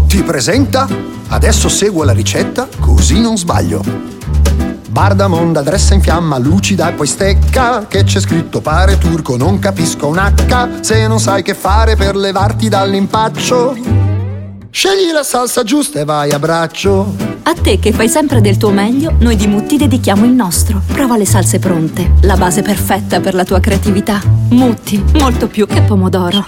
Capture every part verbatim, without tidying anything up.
ti presenta Adesso seguo la ricetta così non sbaglio. Bardamonda, dressa in fiamma, lucida e poi stecca. Che c'è scritto pare turco, non capisco un H. Se non sai che fare per levarti dall'impaccio, scegli la salsa giusta e vai a braccio. A te che fai sempre del tuo meglio, noi di Mutti dedichiamo il nostro. Prova le salse pronte, la base perfetta per la tua creatività. Mutti, molto più che pomodoro.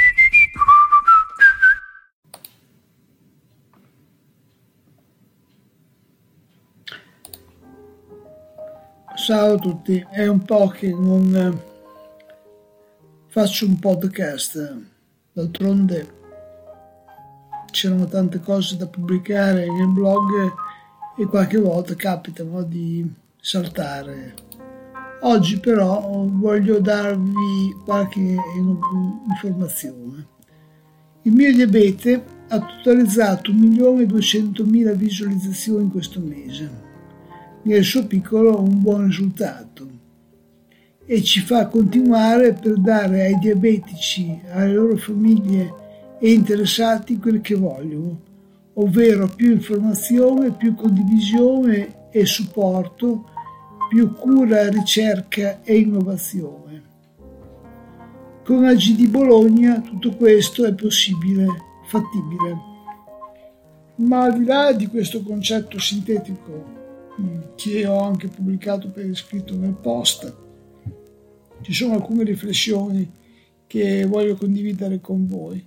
Ciao a tutti, è un po' che non eh, faccio un podcast, d'altronde c'erano tante cose da pubblicare nel blog e qualche volta capitano di saltare. Oggi però voglio darvi qualche informazione. Il mio diabete ha totalizzato un milione e duecentomila visualizzazioni in questo mese. Nel suo piccolo un buon risultato e ci fa continuare per dare ai diabetici, alle loro famiglie e interessati quel che vogliono, ovvero più informazione, più condivisione e supporto, più cura, ricerca e innovazione. Con A G D Bologna tutto questo è possibile, fattibile. Ma al di là di questo concetto sintetico che ho anche pubblicato per iscritto nel post, ci sono alcune riflessioni che voglio condividere con voi.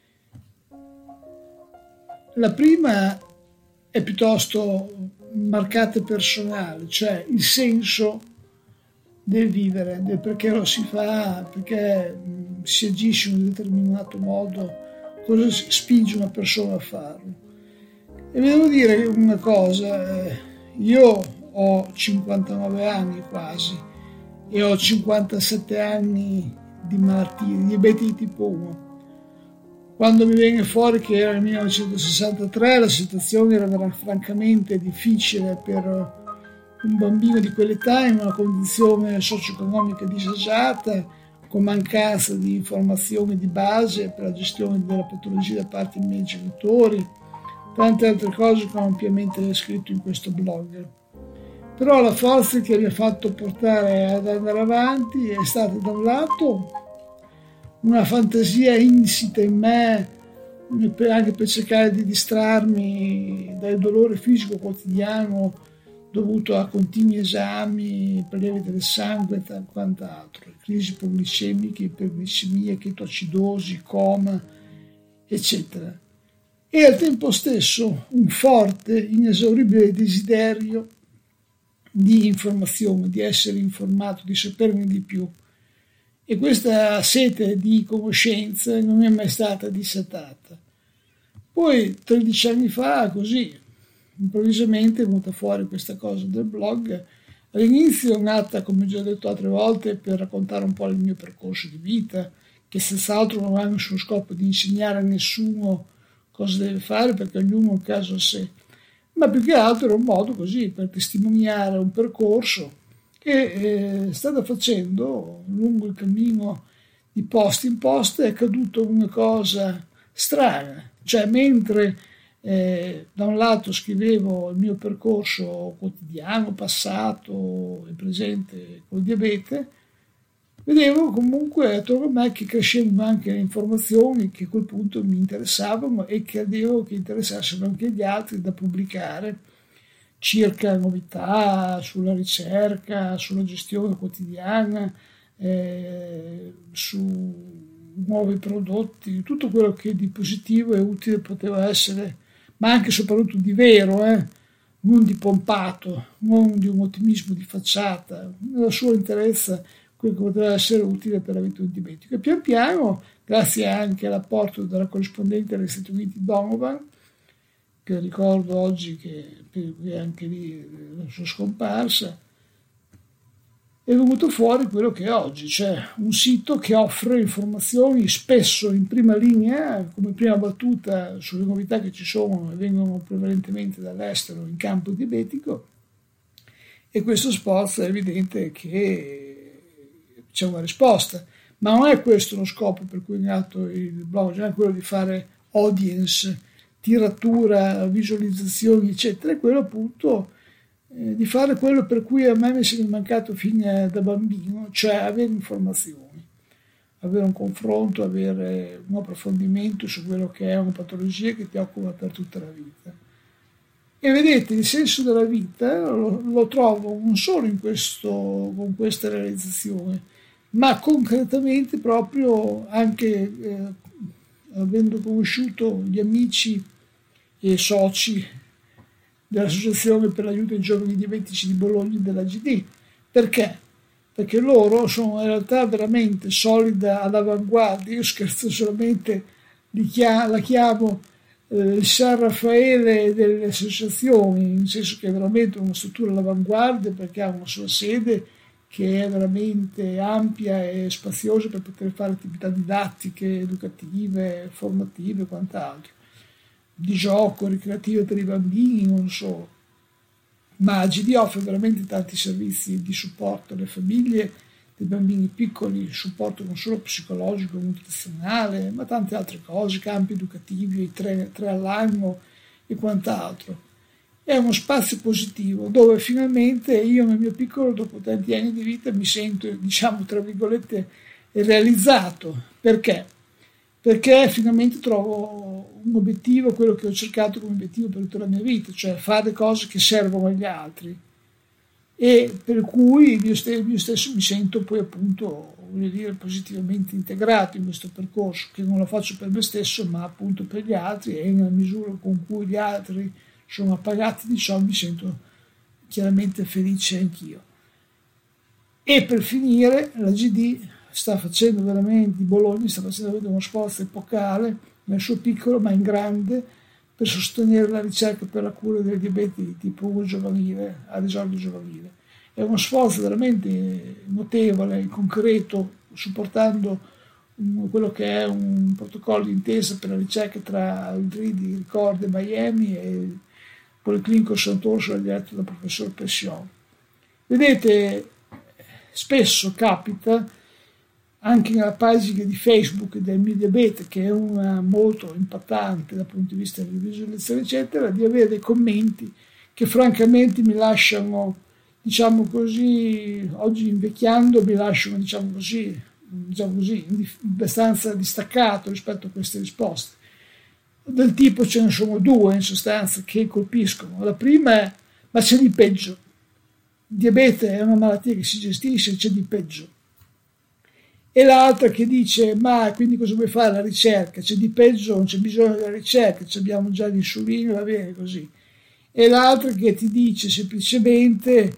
La prima è piuttosto marcata e personale, cioè il senso del vivere, del perché lo si fa, perché si agisce in un determinato modo, cosa spinge una persona a farlo. E vi devo dire una cosa, eh, io ho cinquantanove anni quasi e ho cinquantasette anni di malattia, di diabete di tipo uno. Quando mi viene fuori che era nel millenovecentosessantatré la situazione era francamente difficile per un bambino di quell'età in una condizione socio-economica disagiata, con mancanza di informazioni di base per la gestione della patologia da parte dei miei genitori, tante altre cose che ho ampiamente descritto in questo blog. Però la forza che mi ha fatto portare ad andare avanti è stata da un lato una fantasia insita in me, anche per cercare di distrarmi dal dolore fisico quotidiano dovuto a continui esami, prelievi del sangue e quant'altro, crisi ipoglicemiche, iperglicemia, chetoacidosi, coma, eccetera. E al tempo stesso un forte, inesauribile desiderio di informazione, di essere informato, di saperne di più. E questa sete di conoscenza non è mai stata dissatata. Poi, tredici anni fa, così, improvvisamente è venuta fuori questa cosa del blog. All'inizio è nata, come già detto altre volte, per raccontare un po' il mio percorso di vita, che senz'altro non ha nessuno scopo di insegnare a nessuno cosa deve fare, perché ognuno è un caso a sé, ma più che altro era un modo così per testimoniare un percorso che eh, strada facendo lungo il cammino di post in post è accaduto una cosa strana, cioè mentre eh, da un lato scrivevo il mio percorso quotidiano, passato e presente col diabete, vedevo comunque attorno a me che crescevano anche le informazioni che a quel punto mi interessavano e credevo che interessassero anche gli altri da pubblicare circa novità sulla ricerca, sulla gestione quotidiana, eh, su nuovi prodotti, tutto quello che di positivo e utile poteva essere, ma anche e soprattutto di vero, eh, non di pompato, non di un ottimismo di facciata, nella sua interezza, quello che poteva essere utile per la vita di un diabetico. E pian piano, grazie anche all'apporto della corrispondente degli Stati Uniti Donovan, che ricordo oggi che è anche lì la sua scomparsa, è venuto fuori quello che è oggi, cioè un sito che offre informazioni spesso in prima linea, come prima battuta sulle novità che ci sono e vengono prevalentemente dall'estero in campo diabetico, e questo sforzo è evidente che c'è una risposta, ma non è questo lo scopo per cui è nato il blog, non è quello di fare audience tiratura, visualizzazioni, eccetera, è quello appunto eh, di fare quello per cui a me mi è mancato fin da bambino, cioè avere informazioni, avere un confronto, avere un approfondimento su quello che è una patologia che ti occupa per tutta la vita. E vedete, il senso della vita lo, lo trovo non solo in questo, con questa realizzazione, ma concretamente proprio anche eh, avendo conosciuto gli amici e soci dell'Associazione per l'aiuto ai giovani diabetici di Bologna e della G D. Perché? Perché loro sono in realtà veramente solida all'avanguardia. Io scherzo solamente, li chia- la chiamo eh, il San Raffaele delle associazioni, nel senso che è veramente una struttura all'avanguardia, perché ha una sola sede che è veramente ampia e spaziosa per poter fare attività didattiche, educative, formative e quant'altro, di gioco, ricreative per i bambini, non solo. Ma G D offre veramente tanti servizi di supporto alle famiglie dei bambini piccoli, supporto non solo psicologico, nutrizionale, ma tante altre cose, campi educativi, tre, tre all'anno e quant'altro. È uno spazio positivo dove finalmente io nel mio piccolo, dopo tanti anni di vita, mi sento, diciamo, tra virgolette, realizzato. Perché? Perché finalmente trovo un obiettivo, quello che ho cercato come obiettivo per tutta la mia vita, cioè fare cose che servono agli altri. E per cui io stesso, io stesso mi sento poi appunto, voglio dire, positivamente integrato in questo percorso, che non lo faccio per me stesso, ma appunto per gli altri, e nella misura con cui gli altri sono appagati di ciò mi sento chiaramente felice anch'io. E per finire, la G D sta facendo veramente, di Bologna sta facendo uno sforzo epocale nel suo piccolo ma in grande per sostenere la ricerca per la cura del diabete di tipo uno giovanile, a risorgio giovanile. È uno sforzo veramente notevole, concreto, supportando un, quello che è un protocollo d'intesa per la ricerca tra il D R I di Ricordo e Miami e il Policlinico Sant'Orsola diretto dal professor Pession. Vedete, spesso capita anche nella pagina di Facebook del mio diabete, che è una molto impattante dal punto di vista della visualizzazione, eccetera, di avere dei commenti che francamente mi lasciano, diciamo così, oggi invecchiando, mi lasciano, diciamo così, diciamo così, abbastanza distaccato rispetto a queste risposte. Del tipo, ce ne sono due in sostanza che colpiscono. La prima è: ma c'è di peggio. Il diabete è una malattia che si gestisce, c'è di peggio. E l'altra che dice: ma quindi cosa vuoi fare? La ricerca, c'è di peggio, non c'è bisogno della ricerca, abbiamo già l'insulina, va bene così. E l'altra che ti dice semplicemente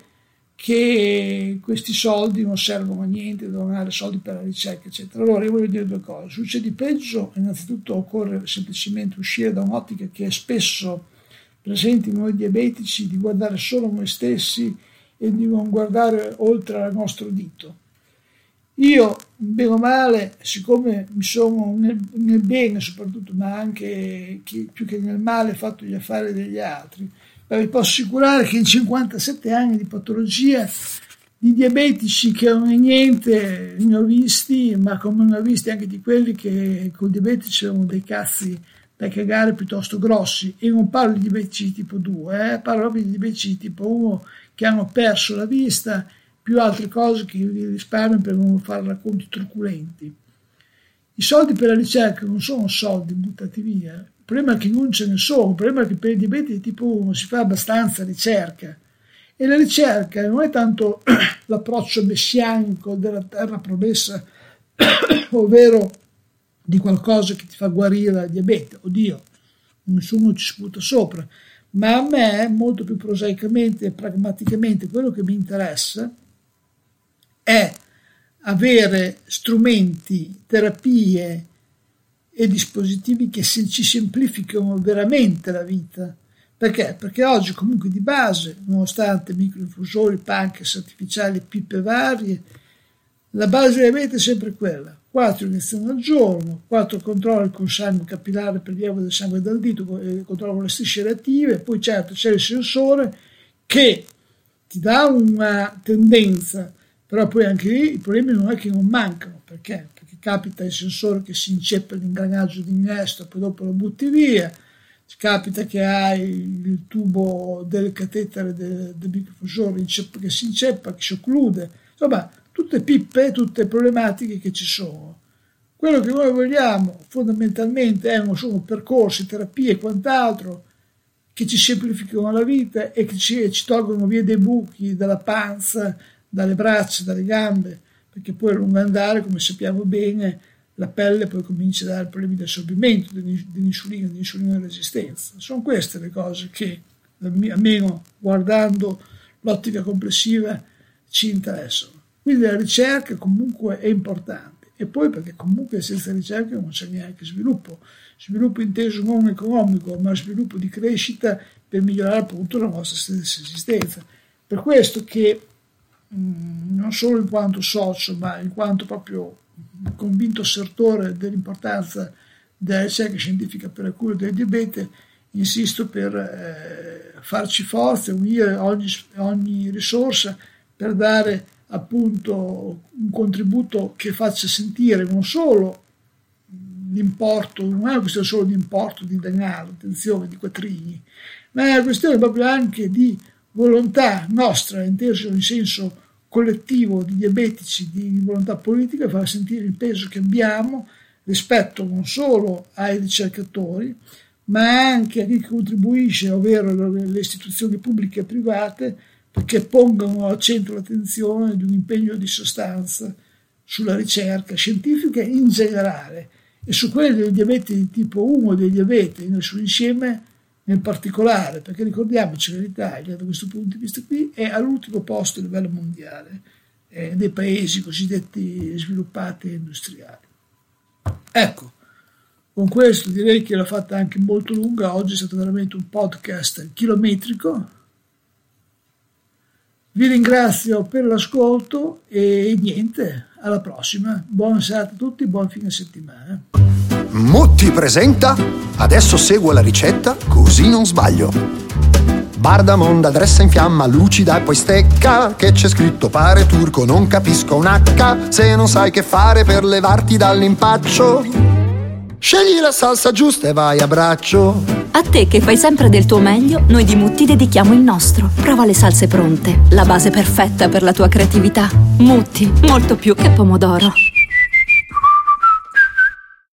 che questi soldi non servono a niente, devono dare soldi per la ricerca, eccetera. Allora io voglio dire due cose. Su c'è di peggio, innanzitutto occorre semplicemente uscire da un'ottica che è spesso presente in noi diabetici, di guardare solo noi stessi e di non guardare oltre al nostro dito. Io, bene o male, siccome mi sono nel, nel bene soprattutto, ma anche chi, più che nel male, fatto gli affari degli altri, ma vi posso assicurare che in cinquantasette anni di patologia, di diabetici che non è niente, ne ho visti, ma come ne ho visti anche di quelli che con diabete c'erano dei cazzi da cagare piuttosto grossi. E non parlo di diabetici tipo due, eh, parlo proprio di diabetici tipo uno che hanno perso la vista, più altre cose che io vi risparmio per non fare racconti truculenti. I soldi per la ricerca non sono soldi buttati via, il problema è che non ce ne sono, il problema è che per i diabeti di tipo uno si fa abbastanza ricerca, e la ricerca non è tanto l'approccio messianico della terra promessa, ovvero di qualcosa che ti fa guarire dal diabete, oddio, nessuno ci sputa sopra, ma a me molto più prosaicamente e pragmaticamente quello che mi interessa è avere strumenti, terapie e dispositivi che ci semplificano veramente la vita. Perché? Perché oggi comunque di base, nonostante microinfusori, pancreas artificiali, pippe varie, la base del diabete è sempre quella: quattro iniezioni al giorno, quattro controlli con sangue capillare per rilievo del sangue dal dito, controllo le strisce reattive, poi certo c'è il sensore che ti dà una tendenza. Però poi anche lì i problemi non è che non mancano. Perché? Perché capita il sensore che si inceppa l'ingranaggio di minestra, poi dopo lo butti via, capita che hai il tubo del catetere del, del microfusore che si inceppa, che si occlude, insomma tutte pippe, tutte problematiche che ci sono. Quello che noi vogliamo fondamentalmente è, sono percorsi, terapie e quant'altro che ci semplificano la vita e che ci, ci tolgono via dei buchi dalla panza, dalle braccia, dalle gambe, perché poi a lungo andare, come sappiamo bene, la pelle poi comincia a dare problemi di assorbimento dell'insulina, dell'insulina resistenza. Sono queste le cose che, almeno guardando l'ottica complessiva, ci interessano. Quindi la ricerca comunque è importante. E poi perché comunque senza ricerca non c'è neanche sviluppo. Sviluppo inteso non economico, ma sviluppo di crescita per migliorare appunto la nostra stessa esistenza. Per questo che mh, non solo in quanto socio, ma in quanto proprio convinto assertore dell'importanza della ricerca scientifica per la cura del diabete, insisto per eh, farci forza, unire ogni, ogni risorsa per dare appunto un contributo che faccia sentire non solo l'importo, non è una questione solo di importo di denaro, attenzione, di quattrini, ma è una questione proprio anche di volontà nostra, inteso in senso collettivo di diabetici, di volontà politica, far sentire il peso che abbiamo rispetto non solo ai ricercatori, ma anche a chi contribuisce, ovvero le istituzioni pubbliche e private, perché pongano al centro l'attenzione di un impegno di sostanza sulla ricerca scientifica in generale e su quelli del diabete di tipo uno e del diabete nel suo insieme nel particolare, perché ricordiamoci che l'Italia da questo punto di vista qui è all'ultimo posto a livello mondiale eh, dei paesi cosiddetti sviluppati e industriali. Ecco, con questo direi che l'ho fatta anche molto lunga, oggi è stato veramente un podcast chilometrico. Vi ringrazio per l'ascolto e niente, alla prossima. Buona serata a tutti, buon fine settimana. Mutti presenta Adesso seguo la ricetta così non sbaglio. Bardamonda, dressa in fiamma, lucida e poi stecca. Che c'è scritto pare turco, non capisco un H. Se non sai che fare per levarti dall'impaccio, scegli la salsa giusta e vai a braccio. A te che fai sempre del tuo meglio, noi di Mutti dedichiamo il nostro. Prova le salse pronte, la base perfetta per la tua creatività. Mutti, molto più che pomodoro.